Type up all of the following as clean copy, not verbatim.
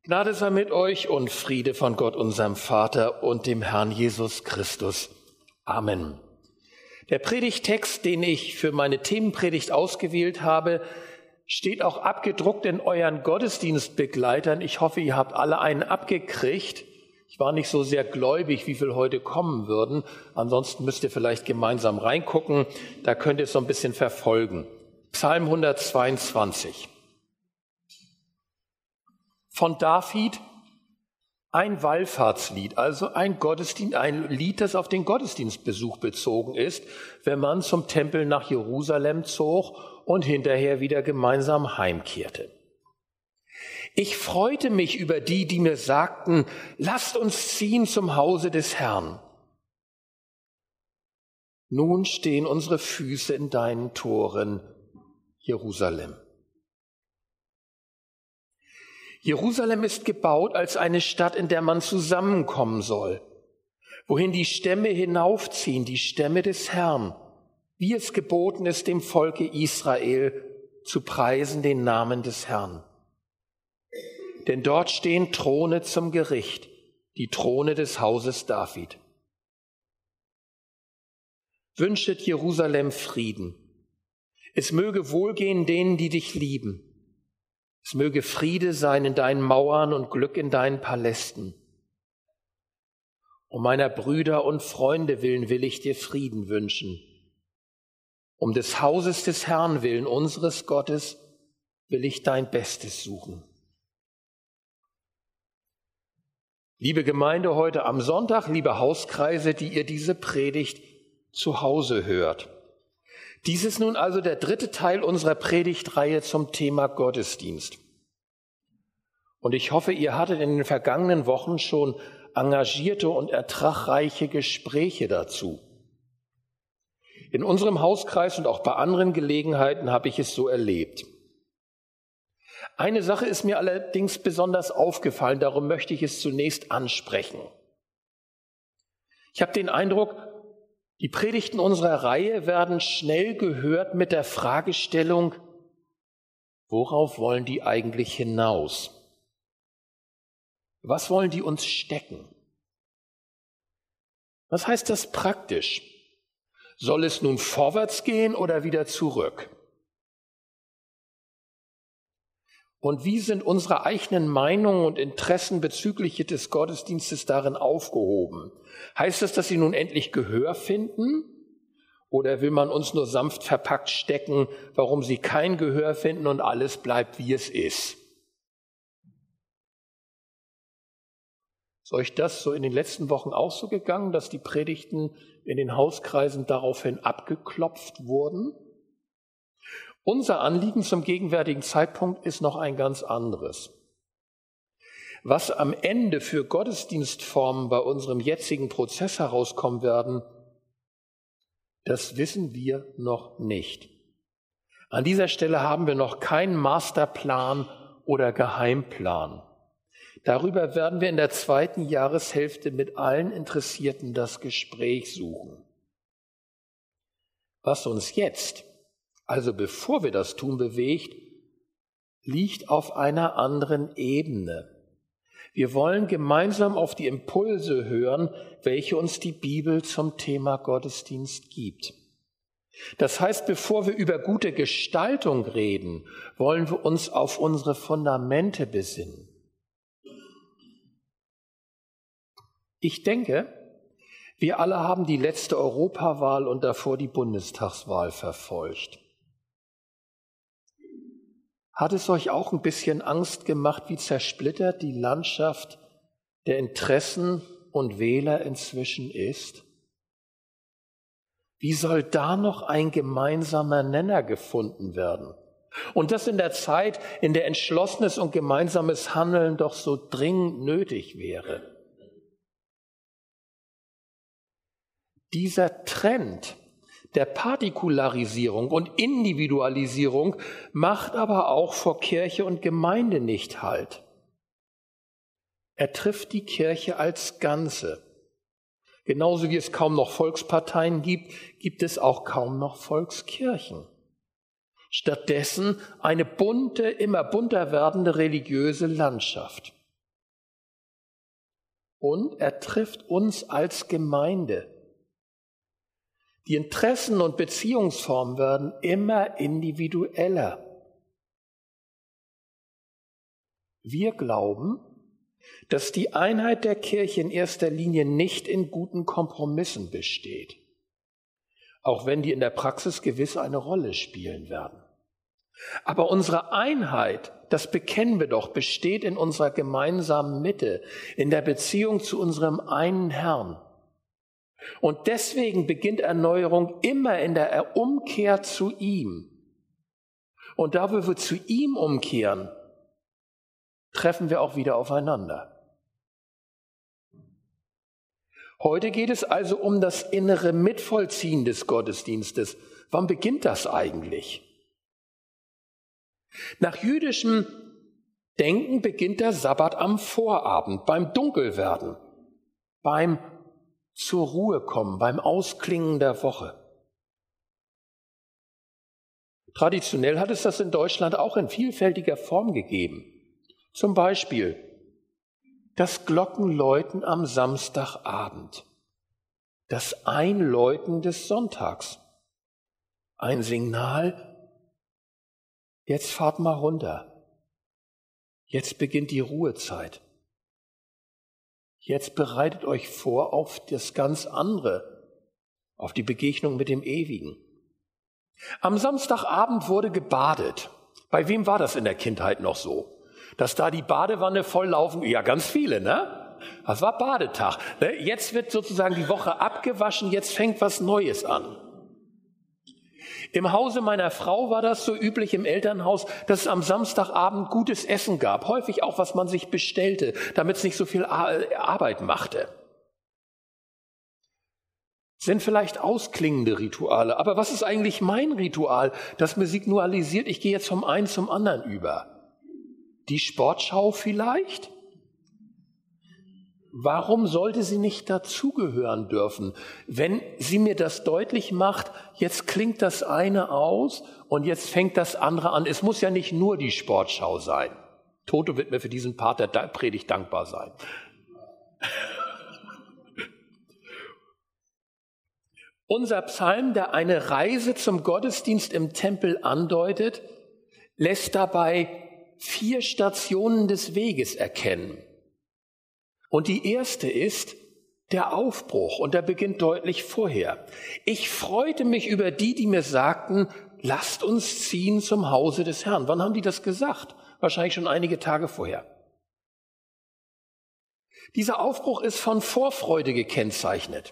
Gnade sei mit euch und Friede von Gott, unserem Vater und dem Herrn Jesus Christus. Amen. Der Predigttext, den ich für meine Themenpredigt ausgewählt habe, steht auch abgedruckt in euren Gottesdienstbegleitern. Ich hoffe, ihr habt alle einen abgekriegt. Ich war nicht so sehr gläubig, wie viel heute kommen würden. Ansonsten müsst ihr vielleicht gemeinsam reingucken. Da könnt ihr es so ein bisschen verfolgen. Psalm 122. Von David ein Wallfahrtslied, also ein Lied, das auf den Gottesdienstbesuch bezogen ist, wenn man zum Tempel nach Jerusalem zog und hinterher wieder gemeinsam heimkehrte. Ich freute mich über die, die mir sagten, lasst uns ziehen zum Hause des Herrn. Nun stehen unsere Füße in deinen Toren, Jerusalem. Jerusalem ist gebaut als eine Stadt, in der man zusammenkommen soll, wohin die Stämme hinaufziehen, die Stämme des Herrn, wie es geboten ist, dem Volke Israel zu preisen den Namen des Herrn. Denn dort stehen Throne zum Gericht, die Throne des Hauses David. Wünschet Jerusalem Frieden. Es möge wohlgehen denen, die dich lieben. Es möge Friede sein in deinen Mauern und Glück in deinen Palästen. Um meiner Brüder und Freunde willen will ich dir Frieden wünschen. Um des Hauses des Herrn willen, unseres Gottes, will ich dein Bestes suchen. Liebe Gemeinde, heute am Sonntag, liebe Hauskreise, die ihr diese Predigt zu Hause hört. Dies ist nun also der dritte Teil unserer Predigtreihe zum Thema Gottesdienst. Und ich hoffe, ihr hattet in den vergangenen Wochen schon engagierte und ertragreiche Gespräche dazu. In unserem Hauskreis und auch bei anderen Gelegenheiten habe ich es so erlebt. Eine Sache ist mir allerdings besonders aufgefallen, darum möchte ich es zunächst ansprechen. Ich habe den Eindruck, die Predigten unserer Reihe werden schnell gehört mit der Fragestellung, worauf wollen die eigentlich hinaus? Was wollen die uns stecken? Was heißt das praktisch? Soll es nun vorwärts gehen oder wieder zurück? Und wie sind unsere eigenen Meinungen und Interessen bezüglich des Gottesdienstes darin aufgehoben? Heißt das, dass sie nun endlich Gehör finden? Oder will man uns nur sanft verpackt stecken, warum sie kein Gehör finden und alles bleibt, wie es ist? Ist euch das so in den letzten Wochen auch so gegangen, dass die Predigten in den Hauskreisen daraufhin abgeklopft wurden? Unser Anliegen zum gegenwärtigen Zeitpunkt ist noch ein ganz anderes. Was am Ende für Gottesdienstformen bei unserem jetzigen Prozess herauskommen werden, das wissen wir noch nicht. An dieser Stelle haben wir noch keinen Masterplan oder Geheimplan. Darüber werden wir in der zweiten Jahreshälfte mit allen Interessierten das Gespräch suchen. Was uns jetzt, also bevor wir das tun, bewegt, liegt auf einer anderen Ebene. Wir wollen gemeinsam auf die Impulse hören, welche uns die Bibel zum Thema Gottesdienst gibt. Das heißt, bevor wir über gute Gestaltung reden, wollen wir uns auf unsere Fundamente besinnen. Ich denke, wir alle haben die letzte Europawahl und davor die Bundestagswahl verfolgt. Hat es euch auch ein bisschen Angst gemacht, wie zersplittert die Landschaft der Interessen und Wähler inzwischen ist? Wie soll da noch ein gemeinsamer Nenner gefunden werden? Und das in der Zeit, in der entschlossenes und gemeinsames Handeln doch so dringend nötig wäre. Dieser Trend der Partikularisierung und Individualisierung macht aber auch vor Kirche und Gemeinde nicht Halt. Er trifft die Kirche als Ganze. Genauso wie es kaum noch Volksparteien gibt, gibt es auch kaum noch Volkskirchen. Stattdessen eine bunte, immer bunter werdende religiöse Landschaft. und er trifft uns als Gemeinde. Die Interessen und Beziehungsformen werden immer individueller. Wir glauben, dass die Einheit der Kirche in erster Linie nicht in guten Kompromissen besteht, auch wenn die in der Praxis gewiss eine Rolle spielen werden. Aber unsere Einheit, das bekennen wir doch, besteht in unserer gemeinsamen Mitte, in der Beziehung zu unserem einen Herrn. Und deswegen beginnt Erneuerung immer in der Umkehr zu ihm. Und da, wo wir zu ihm umkehren, treffen wir auch wieder aufeinander. Heute geht es also um das innere Mitvollziehen des Gottesdienstes. Wann beginnt das eigentlich? Nach jüdischem Denken beginnt der Sabbat am Vorabend, beim Dunkelwerden, beim zur Ruhe kommen, beim Ausklingen der Woche. Traditionell hat es das in Deutschland auch in vielfältiger Form gegeben. Zum Beispiel das Glockenläuten am Samstagabend, das Einläuten des Sonntags, ein Signal, jetzt fahrt mal runter, jetzt beginnt die Ruhezeit, jetzt bereitet euch vor auf das ganz andere, auf die Begegnung mit dem Ewigen. Am Samstagabend wurde gebadet. Bei wem war das in der Kindheit noch so? Dass da die Badewanne volllaufen? Ja, ganz viele, ne? Das war Badetag. Jetzt wird sozusagen die Woche abgewaschen, jetzt fängt was Neues an. Im Hause meiner Frau war das so üblich im Elternhaus, dass es am Samstagabend gutes Essen gab. Häufig auch, was man sich bestellte, damit es nicht so viel Arbeit machte. Sind vielleicht ausklingende Rituale. Aber was ist eigentlich mein Ritual, das mir signalisiert, ich gehe jetzt vom einen zum anderen über? Die Sportschau vielleicht? Warum sollte sie nicht dazugehören dürfen, wenn sie mir das deutlich macht, jetzt klingt das eine aus und jetzt fängt das andere an. Es muss ja nicht nur die Sportschau sein. Toto wird mir für diesen Part der Predigt dankbar sein. Unser Psalm, der eine Reise zum Gottesdienst im Tempel andeutet, lässt dabei 4 Stationen des Weges erkennen. Und die erste ist der Aufbruch, und der beginnt deutlich vorher. Ich freute mich über die mir sagten, lasst uns ziehen zum Hause des Herrn. Wann haben die das gesagt? Wahrscheinlich schon einige Tage vorher. Dieser Aufbruch ist von Vorfreude gekennzeichnet,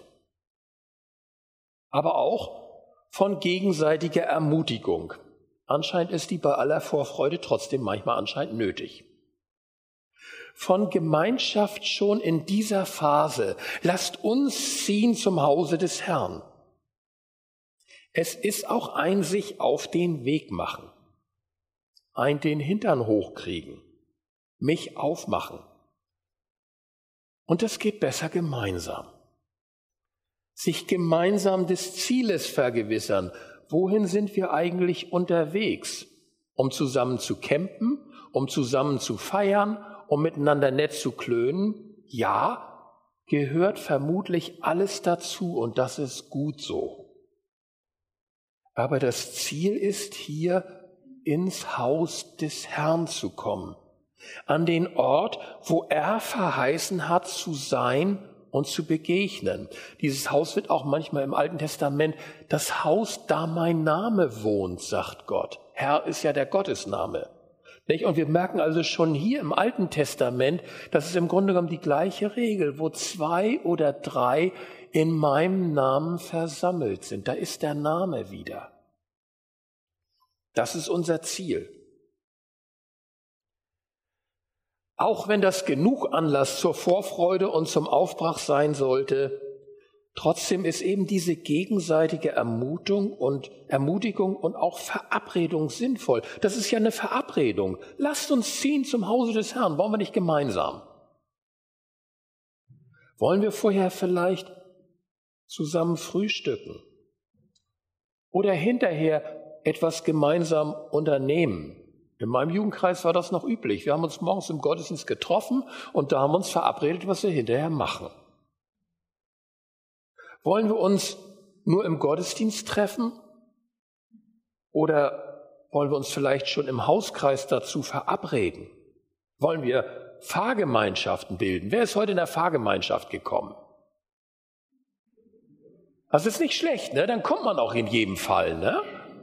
aber auch von gegenseitiger Ermutigung. Anscheinend ist die bei aller Vorfreude trotzdem manchmal anscheinend nötig. Von Gemeinschaft schon in dieser Phase. Lasst uns ziehen zum Hause des Herrn. Es ist auch ein sich auf den Weg machen. Ein den Hintern hochkriegen. Mich aufmachen. Und das geht besser gemeinsam. Sich gemeinsam des Zieles vergewissern. Wohin sind wir eigentlich unterwegs? Um zusammen zu campen, um zusammen zu feiern, um miteinander nett zu klönen? Ja, gehört vermutlich alles dazu und das ist gut so. Aber das Ziel ist hier, ins Haus des Herrn zu kommen, an den Ort, wo er verheißen hat zu sein und zu begegnen. Dieses Haus wird auch manchmal im Alten Testament das Haus, da mein Name wohnt, sagt Gott. Herr ist ja der Gottesname. Und wir merken also schon hier im Alten Testament, dass es im Grunde genommen die gleiche Regel, wo 2 oder 3 in meinem Namen versammelt sind. Da ist der Name wieder. Das ist unser Ziel. Auch wenn das genug Anlass zur Vorfreude und zum Aufbruch sein sollte, trotzdem ist eben diese gegenseitige Ermutigung und auch Verabredung sinnvoll. Das ist ja eine Verabredung. Lasst uns ziehen zum Hause des Herrn. Wollen wir nicht gemeinsam? Wollen wir vorher vielleicht zusammen frühstücken? Oder hinterher etwas gemeinsam unternehmen? In meinem Jugendkreis war das noch üblich. Wir haben uns morgens im Gottesdienst getroffen und da haben wir uns verabredet, was wir hinterher machen. Wollen wir uns nur im Gottesdienst treffen? Oder wollen wir uns vielleicht schon im Hauskreis dazu verabreden? Wollen wir Pfarrgemeinschaften bilden? Wer ist heute in der Pfarrgemeinschaft gekommen? Das ist nicht schlecht, ne? Dann kommt man auch in jedem Fall, ne?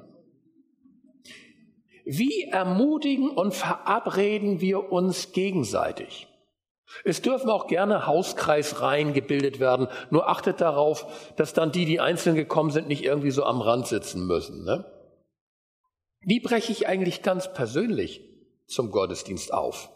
Wie ermutigen und verabreden wir uns gegenseitig? Es dürfen auch gerne Hauskreisreihen gebildet werden, nur achtet darauf, dass dann die einzeln gekommen sind, nicht irgendwie so am Rand sitzen müssen, ne? Wie breche ich eigentlich ganz persönlich zum Gottesdienst auf?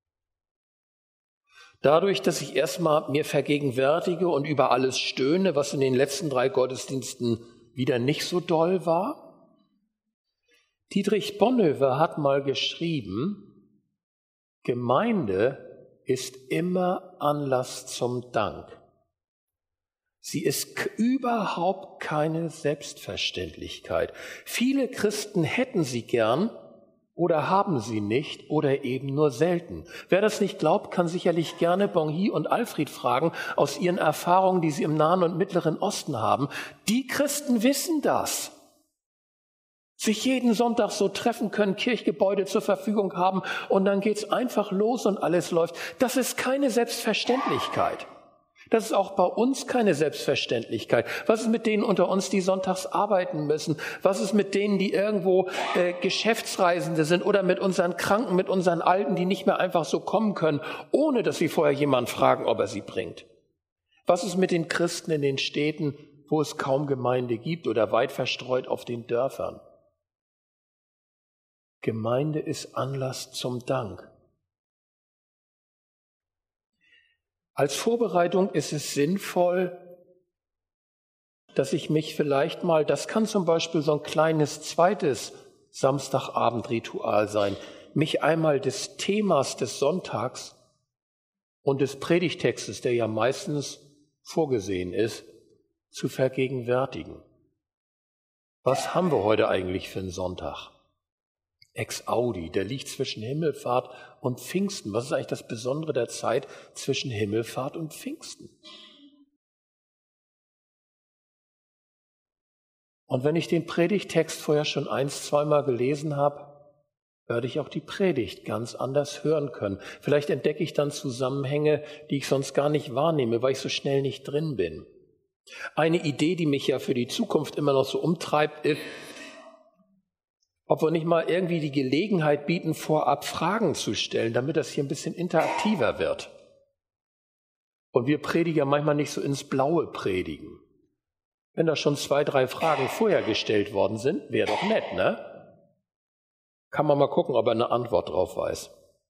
Dadurch, dass ich erstmal mir vergegenwärtige und über alles stöhne, was in den letzten 3 Gottesdiensten wieder nicht so doll war. Dietrich Bonhoeffer hat mal geschrieben, Gemeinde ist immer Anlass zum Dank. Sie ist überhaupt keine Selbstverständlichkeit. Viele Christen hätten sie gern oder haben sie nicht oder eben nur selten. Wer das nicht glaubt, kann sicherlich gerne Bonhi und Alfred fragen aus ihren Erfahrungen, die sie im Nahen und Mittleren Osten haben. Die Christen wissen das. Sich jeden Sonntag so treffen können, Kirchgebäude zur Verfügung haben und dann geht's einfach los und alles läuft. Das ist keine Selbstverständlichkeit. Das ist auch bei uns keine Selbstverständlichkeit. Was ist mit denen unter uns, die sonntags arbeiten müssen? Was ist mit denen, die irgendwo Geschäftsreisende sind oder mit unseren Kranken, mit unseren Alten, die nicht mehr einfach so kommen können, ohne dass sie vorher jemanden fragen, ob er sie bringt? Was ist mit den Christen in den Städten, wo es kaum Gemeinde gibt oder weit verstreut auf den Dörfern? Gemeinde ist Anlass zum Dank. Als Vorbereitung ist es sinnvoll, dass ich mich vielleicht mal, das kann zum Beispiel so ein kleines zweites Samstagabendritual sein, mich einmal des Themas des Sonntags und des Predigtextes, der ja meistens vorgesehen ist, zu vergegenwärtigen. Was haben wir heute eigentlich für einen Sonntag? Ex Audi, der liegt zwischen Himmelfahrt und Pfingsten. Was ist eigentlich das Besondere der Zeit zwischen Himmelfahrt und Pfingsten? Und wenn ich den Predigttext vorher schon 1-2 Mal gelesen habe, werde ich auch die Predigt ganz anders hören können. Vielleicht entdecke ich dann Zusammenhänge, die ich sonst gar nicht wahrnehme, weil ich so schnell nicht drin bin. Eine Idee, die mich ja für die Zukunft immer noch so umtreibt, ist, ob wir nicht mal irgendwie die Gelegenheit bieten, vorab Fragen zu stellen, damit das hier ein bisschen interaktiver wird. Und wir Prediger manchmal nicht so ins Blaue predigen. Wenn da schon 2-3 Fragen vorher gestellt worden sind, wäre doch nett, ne? Kann man mal gucken, ob er eine Antwort drauf weiß.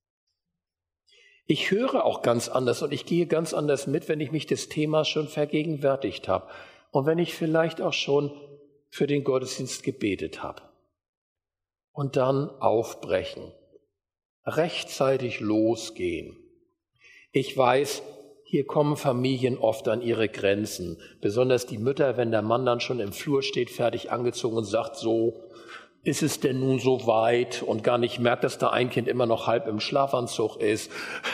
Ich höre auch ganz anders und ich gehe ganz anders mit, wenn ich mich des Themas schon vergegenwärtigt habe und wenn ich vielleicht auch schon für den Gottesdienst gebetet habe. Und dann aufbrechen, rechtzeitig losgehen. Ich weiß, hier kommen Familien oft an ihre Grenzen, besonders die Mütter, wenn der Mann dann schon im Flur steht, fertig angezogen und sagt, so, ist es denn nun so weit und gar nicht merkt, dass da ein Kind immer noch halb im Schlafanzug ist.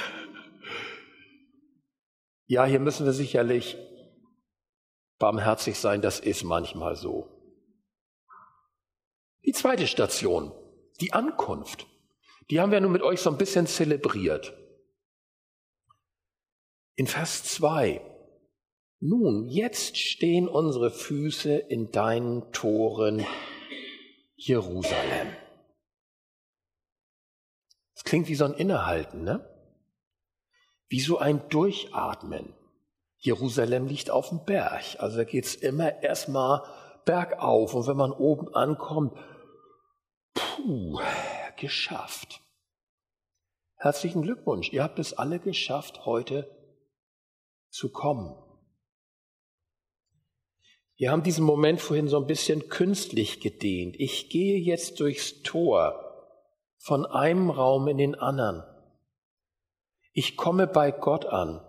Ja, hier müssen wir sicherlich barmherzig sein, das ist manchmal so. Die zweite Station, die Ankunft, die haben wir nun mit euch so ein bisschen zelebriert. In Vers 2, nun, jetzt stehen unsere Füße in deinen Toren, Jerusalem. Das klingt wie so ein Innehalten, ne? Wie so ein Durchatmen. Jerusalem liegt auf dem Berg, also da geht's immer erstmal bergauf und wenn man oben ankommt, geschafft. Herzlichen Glückwunsch, ihr habt es alle geschafft, heute zu kommen. Wir haben diesen Moment vorhin so ein bisschen künstlich gedehnt. Ich gehe jetzt durchs Tor von einem Raum in den anderen. Ich komme bei Gott an.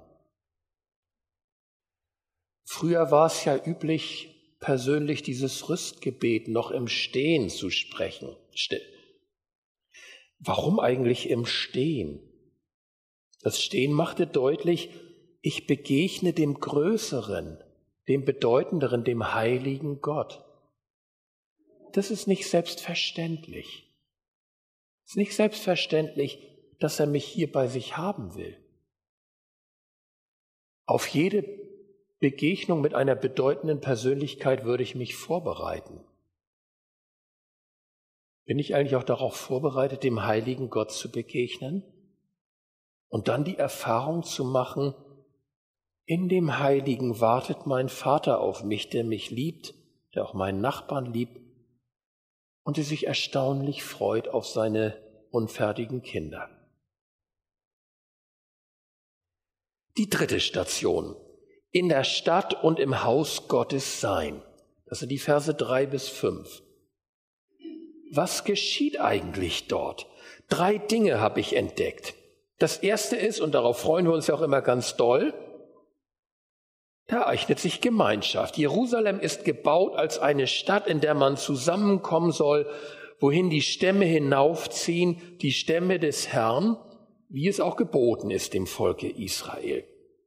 Früher war es ja üblich, persönlich dieses Rüstgebet noch im Stehen zu sprechen. Warum eigentlich im Stehen? Das Stehen machte deutlich, ich begegne dem Größeren, dem Bedeutenderen, dem heiligen Gott. Das ist nicht selbstverständlich. Es ist nicht selbstverständlich, dass er mich hier bei sich haben will. Auf jede Begegnung mit einer bedeutenden Persönlichkeit würde ich mich vorbereiten. Bin ich eigentlich auch darauf vorbereitet, dem heiligen Gott zu begegnen? Und dann die Erfahrung zu machen, in dem Heiligen wartet mein Vater auf mich, der mich liebt, der auch meinen Nachbarn liebt und der sich erstaunlich freut auf seine unfertigen Kinder. Die dritte Station, in der Stadt und im Haus Gottes sein. Das sind die Verse 3 bis 5. Was geschieht eigentlich dort? 3 Dinge habe ich entdeckt. Das erste ist, und darauf freuen wir uns ja auch immer ganz doll, da ereignet sich Gemeinschaft. Jerusalem ist gebaut als eine Stadt, in der man zusammenkommen soll, wohin die Stämme hinaufziehen, die Stämme des Herrn, wie es auch geboten ist dem Volke Israel.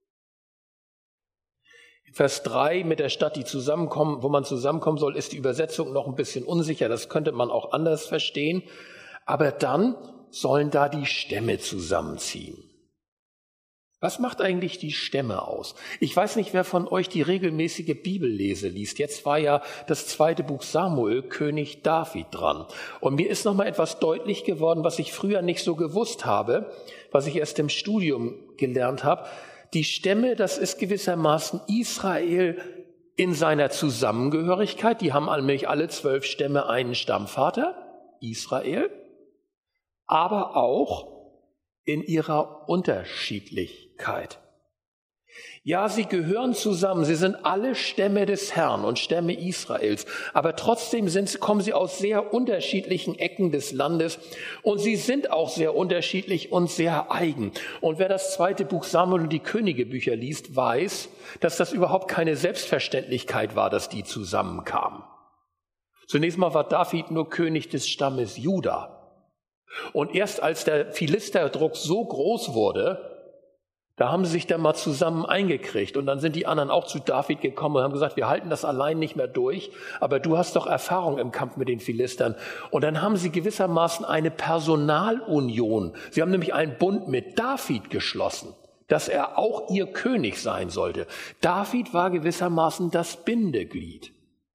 In Vers 3 mit der Stadt, die zusammenkommen, wo man zusammenkommen soll, ist die Übersetzung noch ein bisschen unsicher. Das könnte man auch anders verstehen. Aber dann sollen da die Stämme zusammenziehen. Was macht eigentlich die Stämme aus? Ich weiß nicht, wer von euch die regelmäßige Bibellese liest. Jetzt war ja das 2. Buch Samuel, König David dran. Und mir ist nochmal etwas deutlich geworden, was ich früher nicht so gewusst habe, was ich erst im Studium gelernt habe. Die Stämme, das ist gewissermaßen Israel in seiner Zusammengehörigkeit. Die haben allmählich alle 12 Stämme einen Stammvater, Israel, aber auch in ihrer Unterschiedlichkeit. Ja, sie gehören zusammen, sie sind alle Stämme des Herrn und Stämme Israels, aber trotzdem kommen sie aus sehr unterschiedlichen Ecken des Landes und sie sind auch sehr unterschiedlich und sehr eigen. Und wer das 2. Buch Samuel und die Königebücher liest, weiß, dass das überhaupt keine Selbstverständlichkeit war, dass die zusammenkamen. Zunächst mal war David nur König des Stammes Juda. Und erst als der Philisterdruck so groß wurde, da haben sie sich dann mal zusammen eingekriegt. Und dann sind die anderen auch zu David gekommen und haben gesagt, wir halten das allein nicht mehr durch, aber du hast doch Erfahrung im Kampf mit den Philistern. Und dann haben sie gewissermaßen eine Personalunion. Sie haben nämlich einen Bund mit David geschlossen, dass er auch ihr König sein sollte. David war gewissermaßen das Bindeglied.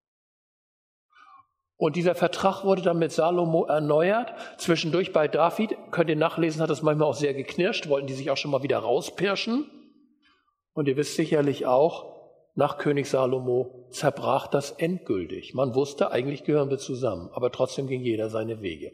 Und dieser Vertrag wurde dann mit Salomo erneuert. Zwischendurch bei David, könnt ihr nachlesen, hat das manchmal auch sehr geknirscht, wollten die sich auch schon mal wieder rauspirschen. Und ihr wisst sicherlich auch, nach König Salomo zerbrach das endgültig. Man wusste, eigentlich gehören wir zusammen, aber trotzdem ging jeder seine Wege.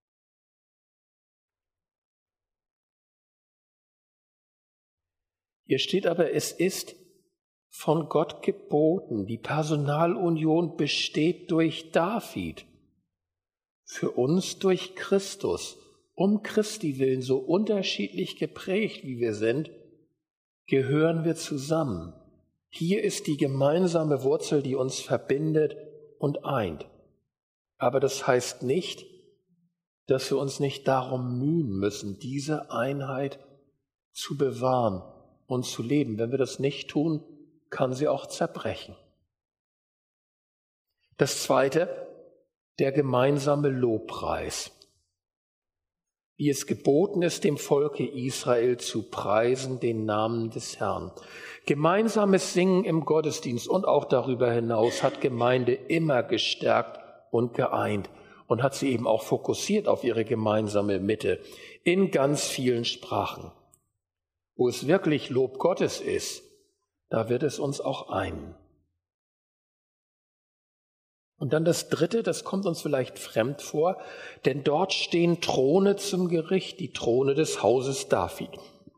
Hier steht aber, es ist von Gott geboten. Die Personalunion besteht durch David. Für uns durch Christus. Um Christi willen, so unterschiedlich geprägt wie wir sind, gehören wir zusammen. Hier ist die gemeinsame Wurzel, die uns verbindet und eint. Aber das heißt nicht, dass wir uns nicht darum mühen müssen, diese Einheit zu bewahren und zu leben. Wenn wir das nicht tun, kann sie auch zerbrechen. Das Zweite, der gemeinsame Lobpreis. Wie es geboten ist, dem Volke Israel zu preisen, den Namen des Herrn. Gemeinsames Singen im Gottesdienst und auch darüber hinaus hat Gemeinde immer gestärkt und geeint und hat sie eben auch fokussiert auf ihre gemeinsame Mitte in ganz vielen Sprachen. Wo es wirklich Lob Gottes ist, da wird es uns auch einen. Und dann das Dritte, das kommt uns vielleicht fremd vor, denn dort stehen Throne zum Gericht, die Throne des Hauses David.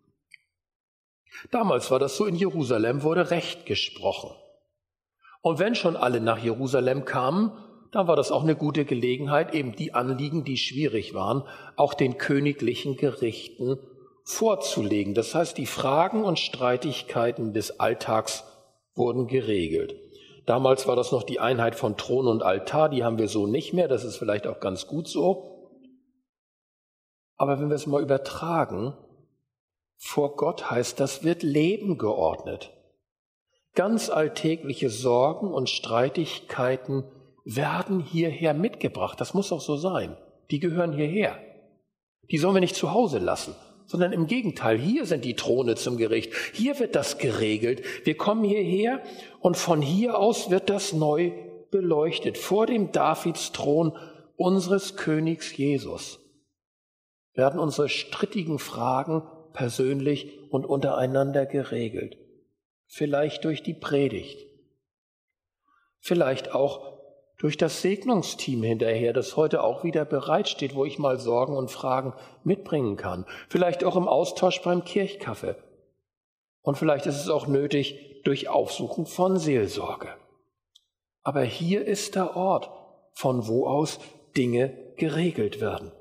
Damals war das so, in Jerusalem wurde Recht gesprochen. Und wenn schon alle nach Jerusalem kamen, dann war das auch eine gute Gelegenheit, eben die Anliegen, die schwierig waren, auch den königlichen Gerichten vorzulegen. Das heißt, die Fragen und Streitigkeiten des Alltags wurden geregelt. Damals war das noch die Einheit von Thron und Altar, die haben wir so nicht mehr, das ist vielleicht auch ganz gut so. Aber wenn wir es mal übertragen, vor Gott heißt das, wird Leben geordnet. Ganz alltägliche Sorgen und Streitigkeiten werden hierher mitgebracht. Das muss auch so sein. Die gehören hierher. Die sollen wir nicht zu Hause lassen, sondern im Gegenteil, hier sind die Throne zum Gericht. Hier wird das geregelt. Wir kommen hierher und von hier aus wird das neu beleuchtet. Vor dem Davidsthron unseres Königs Jesus werden unsere strittigen Fragen persönlich und untereinander geregelt. Vielleicht durch die Predigt. Vielleicht auch durch das Segnungsteam hinterher, das heute auch wieder bereitsteht, wo ich mal Sorgen und Fragen mitbringen kann. Vielleicht auch im Austausch beim Kirchkaffee. Und vielleicht ist es auch nötig durch Aufsuchen von Seelsorge. Aber hier ist der Ort, von wo aus Dinge geregelt werden.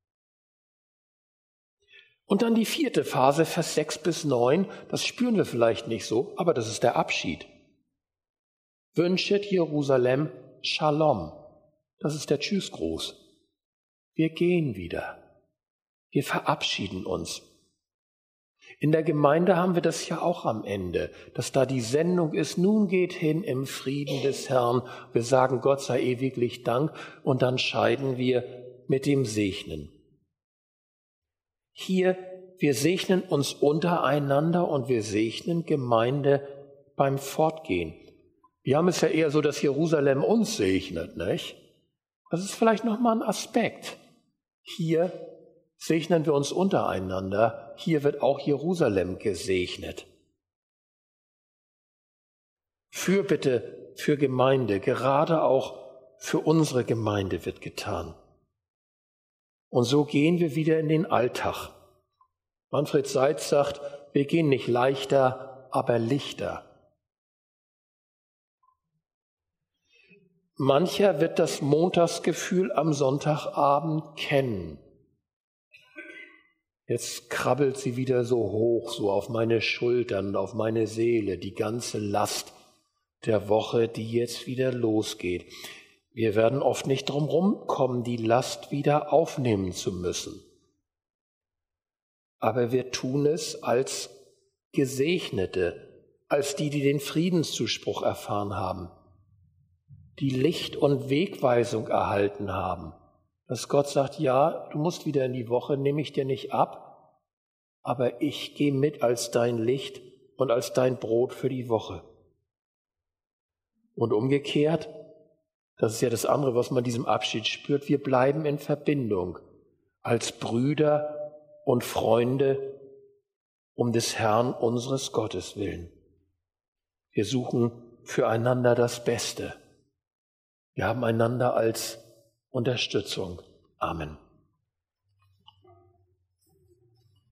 Und dann die 4. Phase, Vers 6 bis 9, das spüren wir vielleicht nicht so, aber das ist der Abschied. Wünscht Jerusalem Shalom. Das ist der Tschüssgruß. Wir gehen wieder. Wir verabschieden uns. In der Gemeinde haben wir das ja auch am Ende, dass da die Sendung ist, nun geht hin im Frieden des Herrn. Wir sagen, Gott sei ewiglich Dank und dann scheiden wir mit dem Segnen. Hier, wir segnen uns untereinander und wir segnen Gemeinde beim Fortgehen. Wir haben es ja eher so, dass Jerusalem uns segnet, nicht? Das ist vielleicht nochmal ein Aspekt. Hier segnen wir uns untereinander. Hier wird auch Jerusalem gesegnet. Fürbitte für Gemeinde, gerade auch für unsere Gemeinde wird getan. Und so gehen wir wieder in den Alltag. Manfred Seitz sagt, wir gehen nicht leichter, aber lichter. Mancher wird das Montagsgefühl am Sonntagabend kennen. Jetzt krabbelt sie wieder so hoch, so auf meine Schultern, auf meine Seele, die ganze Last der Woche, die jetzt wieder losgeht. Wir werden oft nicht drum rumkommen, die Last wieder aufnehmen zu müssen. Aber wir tun es als Gesegnete, als die, die den Friedenszuspruch erfahren haben, die Licht und Wegweisung erhalten haben. Dass Gott sagt, ja, du musst wieder in die Woche, nehme ich dir nicht ab, aber ich gehe mit als dein Licht und als dein Brot für die Woche. Und umgekehrt, das ist ja das andere, was man in diesem Abschied spürt, wir bleiben in Verbindung als Brüder und Freunde um des Herrn unseres Gottes willen. Wir suchen füreinander das Beste. Wir haben einander als Unterstützung. Amen.